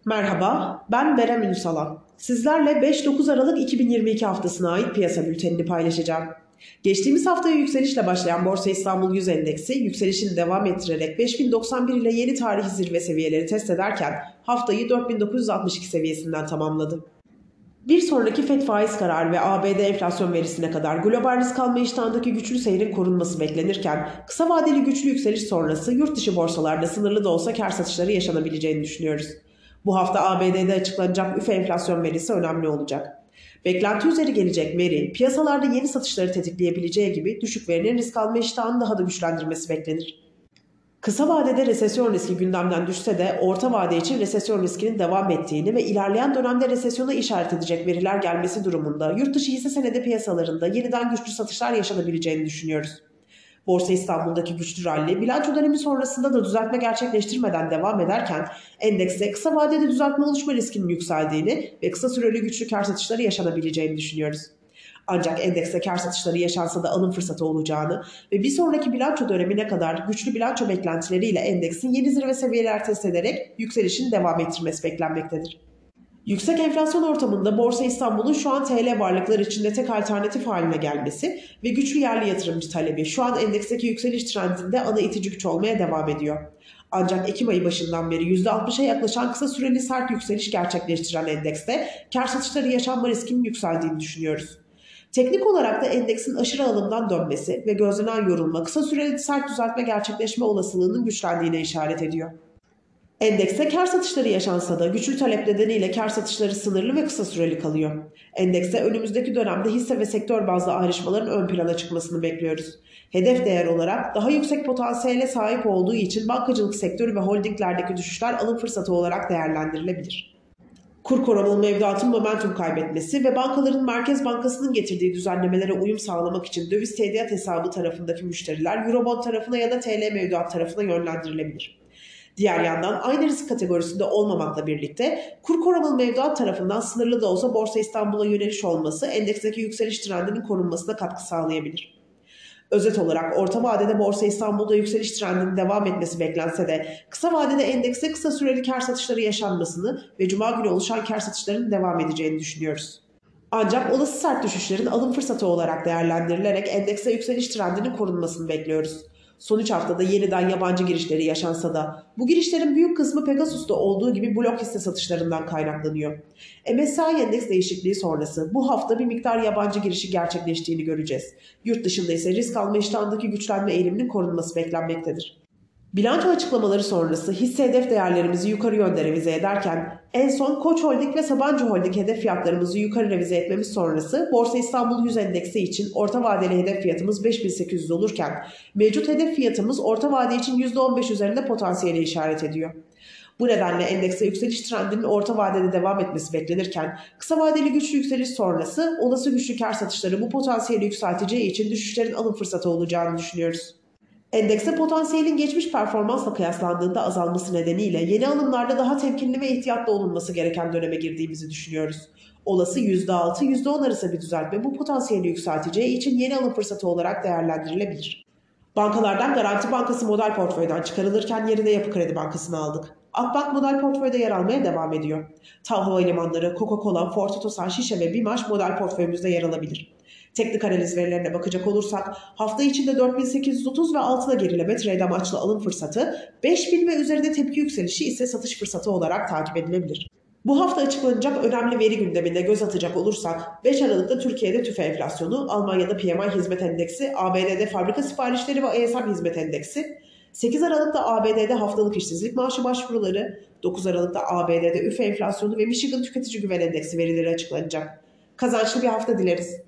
Merhaba, ben Berem Ünsalan. Sizlerle 5-9 Aralık 2022 haftasına ait piyasa bültenini paylaşacağım. Geçtiğimiz haftaya yükselişle başlayan Borsa İstanbul 100 Endeksi yükselişini devam ettirerek 5091 ile yeni tarihi zirve seviyeleri test ederken haftayı 4962 seviyesinden tamamladı. Bir sonraki FED faiz kararı ve ABD enflasyon verisine kadar global risk alma iştahındaki güçlü seyrin korunması beklenirken kısa vadeli güçlü yükseliş sonrası yurt dışı borsalarda sınırlı da olsa kar satışları yaşanabileceğini düşünüyoruz. Bu hafta ABD'de açıklanacak üfe enflasyon verisi önemli olacak. Beklenti üzeri gelecek veri, piyasalarda yeni satışları tetikleyebileceği gibi düşük verinin risk alma iştahını daha da güçlendirmesi beklenir. Kısa vadede resesyon riski gündemden düşse de orta vade için resesyon riskinin devam ettiğini ve ilerleyen dönemde resesyona işaret edecek veriler gelmesi durumunda yurt dışı hisse senedi piyasalarında yeniden güçlü satışlar yaşanabileceğini düşünüyoruz. Borsa İstanbul'daki güçlü rally bilanço dönemi sonrasında da düzeltme gerçekleştirmeden devam ederken endekste kısa vadede düzeltme oluşma riskinin yükseldiğini ve kısa süreli güçlü kar satışları yaşanabileceğini düşünüyoruz. Ancak endekste kar satışları yaşansa da alım fırsatı olacağını ve bir sonraki bilanço dönemine kadar güçlü bilanço beklentileriyle endeksin yeni zirve seviyeler test ederek yükselişini devam ettirmesi beklenmektedir. Yüksek enflasyon ortamında Borsa İstanbul'un şu an TL varlıklar içinde tek alternatif haline gelmesi ve güçlü yerli yatırımcı talebi şu an endeksteki yükseliş trendinde ana itici güç olmaya devam ediyor. Ancak Ekim ayı başından beri %60'a yaklaşan kısa süreli sert yükseliş gerçekleştiren endekste kar satışları yaşanma riskinin yükseldiğini düşünüyoruz. Teknik olarak da endeksin aşırı alımdan dönmesi ve gözlenen yorulma kısa süreli sert düzeltme gerçekleşme olasılığının güçlendiğine işaret ediyor. Endekste kar satışları yaşansa da güçlü talep nedeniyle kar satışları sınırlı ve kısa süreli kalıyor. Endekste önümüzdeki dönemde hisse ve sektör bazlı ayrışmaların ön plana çıkmasını bekliyoruz. Hedef değer olarak daha yüksek potansiyele sahip olduğu için bankacılık sektörü ve holdinglerdeki düşüşler alım fırsatı olarak değerlendirilebilir. Kur korumalı mevduatın momentum kaybetmesi ve bankaların Merkez Bankası'nın getirdiği düzenlemelere uyum sağlamak için döviz tediat hesabı tarafındaki müşteriler Eurobond tarafına ya da TL mevduat tarafına yönlendirilebilir. Diğer yandan aynı risk kategorisinde olmamakla birlikte kur korumalı mevduat tarafından sınırlı da olsa Borsa İstanbul'a yöneliş olması endeksteki yükseliş trendinin korunmasına katkı sağlayabilir. Özet olarak orta vadede Borsa İstanbul'da yükseliş trendinin devam etmesi beklense de kısa vadede endekste kısa süreli kar satışları yaşanmasını ve cuma günü oluşan kar satışlarının devam edeceğini düşünüyoruz. Ancak olası sert düşüşlerin alım fırsatı olarak değerlendirilerek endekste yükseliş trendinin korunmasını bekliyoruz. Son 3 haftada yeniden yabancı girişleri yaşansa da bu girişlerin büyük kısmı Pegasus'ta olduğu gibi blok hisse satışlarından kaynaklanıyor. MSCI endeks değişikliği sonrası bu hafta bir miktar yabancı girişi gerçekleştiğini göreceğiz. Yurt dışında ise risk alma iştahındaki güçlenme eğiliminin korunması beklenmektedir. Bilanço açıklamaları sonrası hisse hedef değerlerimizi yukarı yönde revize ederken en son Koç Holding ve Sabancı Holding hedef fiyatlarımızı yukarı revize etmemiz sonrası Borsa İstanbul 100 Endeksi için orta vadeli hedef fiyatımız 5800 olurken mevcut hedef fiyatımız orta vade için %15 üzerinde potansiyeli işaret ediyor. Bu nedenle endekse yükseliş trendinin orta vadede devam etmesi beklenirken kısa vadeli güçlü yükseliş sonrası olası güçlü kar satışları bu potansiyeli yükselteceği için düşüşlerin alım fırsatı olacağını düşünüyoruz. Endekste potansiyelin geçmiş performansla kıyaslandığında azalması nedeniyle yeni alımlarda daha temkinli ve ihtiyatlı olunması gereken döneme girdiğimizi düşünüyoruz. Olası %6, %10 arası bir düzeltme bu potansiyeli yükselteceği için yeni alım fırsatı olarak değerlendirilebilir. Bankalardan Garanti Bankası model portföyden çıkarılırken yerine Yapı Kredi Bankası'nı aldık. Akbank model portföyde yer almaya devam ediyor. TAV Havalimanları, Coca-Cola, Ford Otosan, Şişe ve BİMAŞ model portföyümüzde yer alabilir. Teknik analiz verilerine bakacak olursak hafta içinde 4830 ve altına gerileme trade amaçlı alım fırsatı, 5000 ve üzerinde tepki yükselişi ise satış fırsatı olarak takip edilebilir. Bu hafta açıklanacak önemli veri gündemine göz atacak olursak 5 Aralık'ta Türkiye'de tüfe enflasyonu, Almanya'da PMI hizmet endeksi, ABD'de fabrika siparişleri ve ESM hizmet endeksi, 8 Aralık'ta ABD'de haftalık işsizlik maaşı başvuruları, 9 Aralık'ta ABD'de üfe enflasyonu ve Michigan tüketici güven endeksi verileri açıklanacak. Kazançlı bir hafta dileriz.